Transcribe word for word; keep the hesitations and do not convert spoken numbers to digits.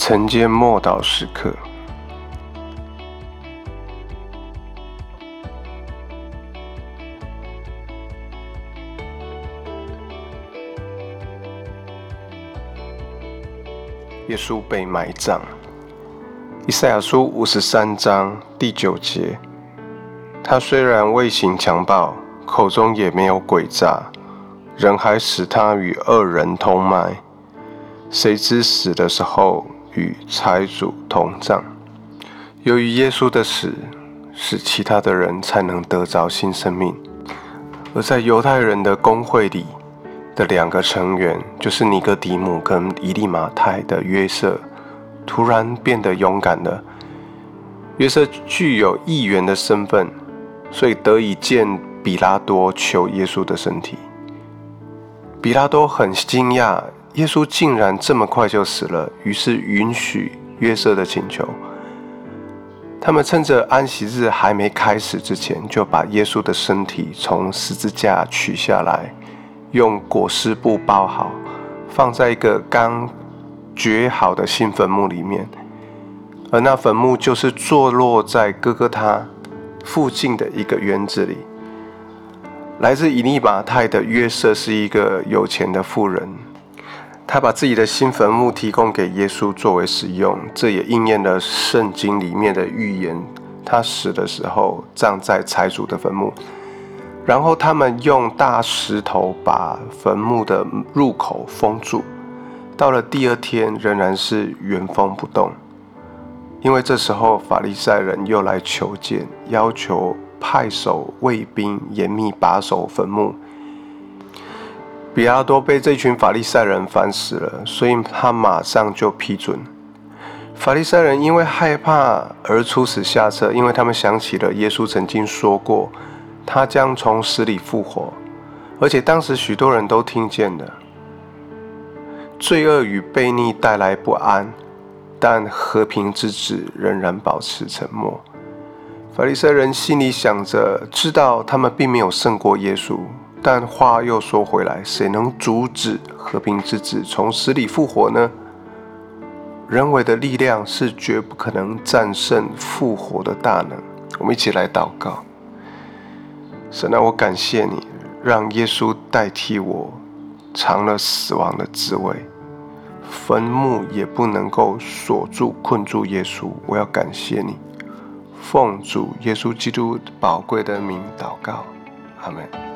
晨间默祷时刻。耶稣被埋葬。以赛亚书五十三章第九节，他虽然未行强暴，口中也没有诡诈，人还使他与恶人同埋，谁知死的时候与财主同葬。由于耶稣的死，使其他的人才能得着新生命。而在犹太人的公会里的两个成员，就是尼哥底母跟以利马太的约瑟，突然变得勇敢了。约瑟具有议员的身份，所以得以见比拉多求耶稣的身体。比拉多很惊讶，耶稣竟然这么快就死了，于是允许约瑟的请求。他们趁着安息日还没开始之前，就把耶稣的身体从十字架取下来，用裹尸布包好，放在一个刚掘好的新坟墓里面。而那坟墓就是坐落在哥哥他附近的一个园子里。来自以利马太的约瑟是一个有钱的富人，他把自己的新坟墓提供给耶稣作为使用，这也应验了圣经里面的预言，他死的时候葬在财主的坟墓。然后他们用大石头把坟墓的入口封住，到了第二天仍然是原封不动。因为这时候法利赛人又来求见，要求派守卫兵严密把守坟墓。比拉多被这群法利赛人烦死了，所以他马上就批准。法利赛人因为害怕而出此下策，因为他们想起了耶稣曾经说过他将从死里复活，而且当时许多人都听见了。罪恶与悖逆带来不安，但和平之子仍然保持沉默。法利赛人心里想着，知道他们并没有胜过耶稣，但话又说回来，谁能阻止和平之子从死里复活呢？人为的力量是绝不可能战胜复活的大能。我们一起来祷告。神啊，我感谢你，让耶稣代替我尝了死亡的滋味，坟墓也不能够锁住困住耶稣。我要感谢你，奉主耶稣基督宝贵的名祷告，阿们。